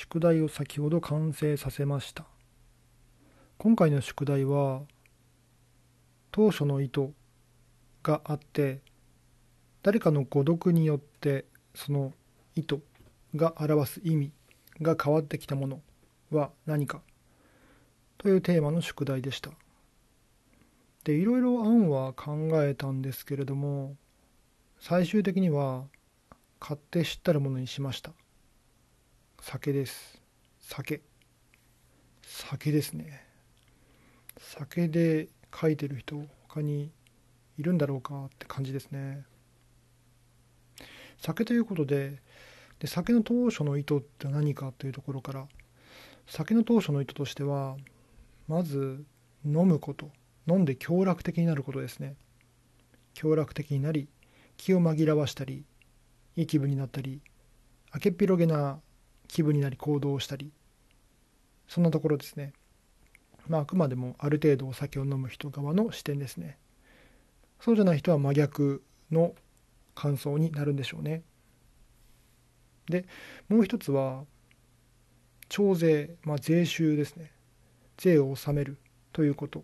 宿題を先ほど完成させました。今回の宿題は当初の意図があって、誰かの誤読によってその意図が表す意味が変わってきたものは何かというテーマの宿題でした。で、いろいろ案は考えたんですけれども、最終的には買って知ったるものにしました。酒です。酒。酒ですね。酒で書いてる人他にいるんだろうかって感じですね。酒ということで、酒の当初の意図って何かというところから、酒の当初の意図としては、まず飲むこと、飲んで享楽的になることですね。享楽的になり、気を紛らわしたり、いい気分になったり、明けっぴろげな気分になり行動をしたり、そんなところですね。あくまでもある程度お酒を飲む人側の視点ですね。そうじゃない人は真逆の感想になるんでしょうね。で、もう一つは徴税、税収ですね。税を納めるということ。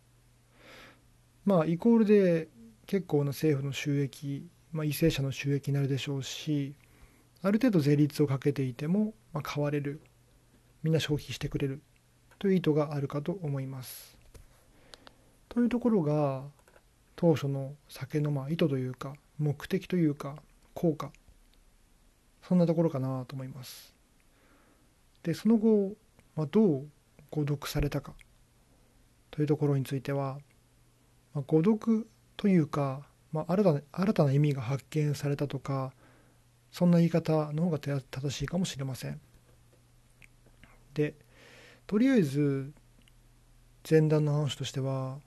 イコールで結構な政府の収益、為政者の収益になるでしょうし、ある程度税率をかけていても、買われる、みんな消費してくれるという意図があるかと思います。というところが当初の酒の意図というか目的というか効果、そんなところかなと思います。で、その後、どう誤読されたかというところについては、誤読というか、新たな意味が発見されたとか、そんな言い方の方が正しいかもしれません。で、とりあえず前段の話としては、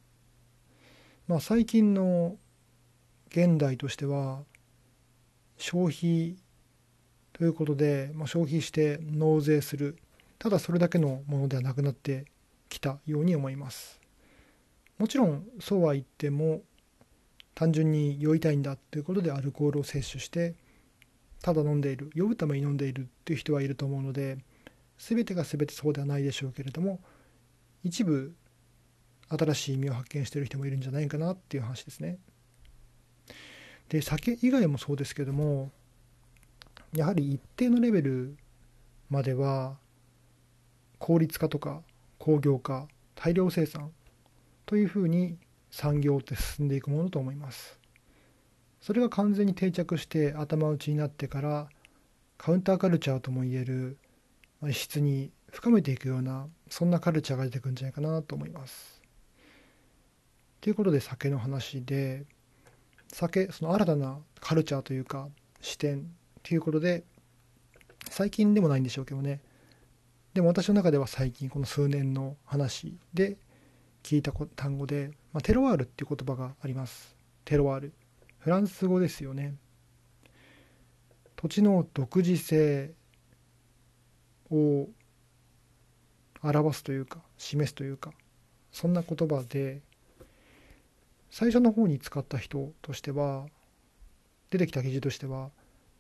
最近の現代としては消費ということで、消費して納税する、ただそれだけのものではなくなってきたように思います。もちろんそうは言っても、単純に酔いたいんだということでアルコールを摂取してただ飲んでいる、酔うために飲んでいるっていう人はいると思うので、全てが全てそうではないでしょうけれども、一部新しい意味を発見している人もいるんじゃないかなっていう話ですね。で、酒以外もそうですけども、やはり一定のレベルまでは効率化とか工業化、大量生産というふうに産業って進んでいくものと思います。それが完全に定着して頭打ちになってから、カウンターカルチャーともいえる質に深めていくような、そんなカルチャーが出てくるんじゃないかなと思います。ということで酒の話で、酒、その新たなカルチャーというか視点ということで、最近でもないんでしょうけどね、でも私の中では最近この数年の話で聞いた単語で、テロワールっていう言葉があります。テロワール、フランス語ですよね。土地の独自性を表すというか示すというか、そんな言葉で、最初の方に使った人としては、出てきた記事としては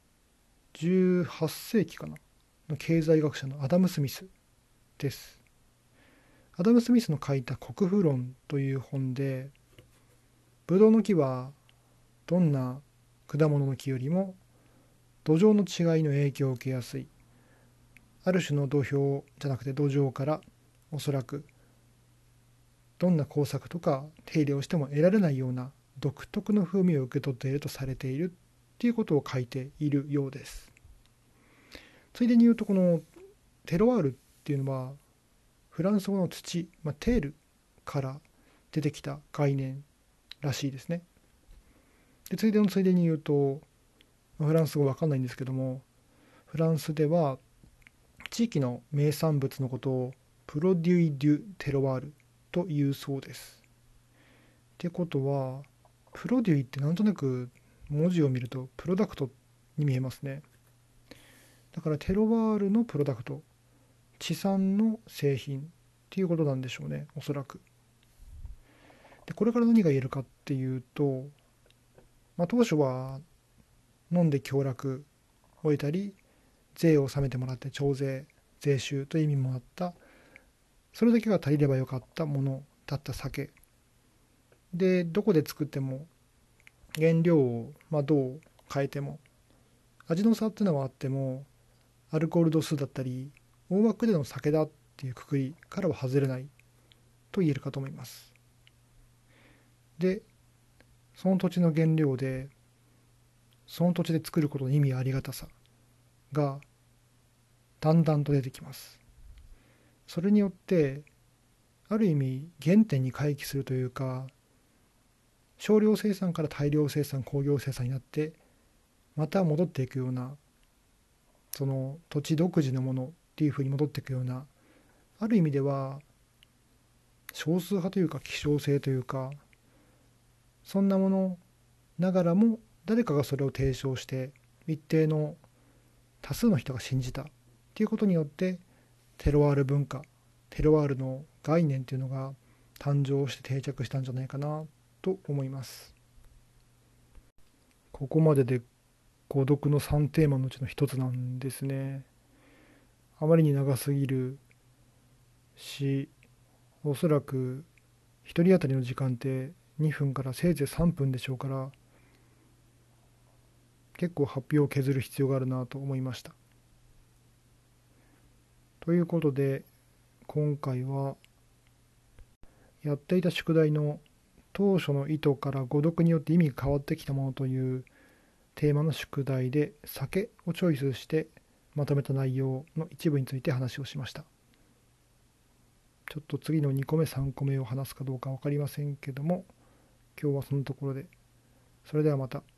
18世紀かなの経済学者のアダム・スミスです。アダム・スミスの書いた国富論という本で、ブドウの木はどんな果物の木よりも土壌の違いの影響を受けやすい、ある種の土俵じゃなくて土壌からおそらくどんな工作とか手入れをしても得られないような独特の風味を受け取っているとされているっていうことを書いているようです。ついでに言うと、このテロワールっていうのはフランス語の土、テールから出てきた概念らしいですね。で、ついでに言うと、フランス語わかんないんですけども、フランスでは地域の名産物のことをプロデュイ・デュ・テロワールというそうです。ってことは、プロデュイってなんとなく文字を見るとプロダクトに見えますね。だからテロワールのプロダクト、地産の製品っていうことなんでしょうね、おそらく。で、これから何が言えるかっていうと、当初は飲んで享楽を得たり、 税を納めてもらって徴税、税収という意味もあった、それだけが足りればよかったものだった酒で、どこで作っても原料をどう変えても味の差っていうのはあっても、アルコール度数だったり大枠での酒だっていうくくりからは外れないと言えるかと思います。で、その土地の原料でその土地で作ることの意味やありがたさがだんだんと出てきます。それによってある意味原点に回帰するというか、少量生産から大量生産、工業生産になってまた戻っていくような、その土地独自のものっていうふうに戻っていくような、ある意味では少数派というか希少性というか、そんなものながらも誰かがそれを提唱して一定の多数の人が信じたっていうことによって、テロワール文化、テロワールの概念っていうのが誕生して定着したんじゃないかなと思います。ここまでで孤独の3テーマのうちの一つなんですね。あまりに長すぎるし、おそらく1人当たりの時間って2分からせいぜい3分でしょうから、結構発表を削る必要があるなと思いました。ということで、今回はやっていた宿題の当初の意図から誤読によって意味が変わってきたものというテーマの宿題で酒をチョイスしてまとめた内容の一部について話をしました。ちょっと次の2個目3個目を話すかどうか分かりませんけども、今日はそのところで。それではまた。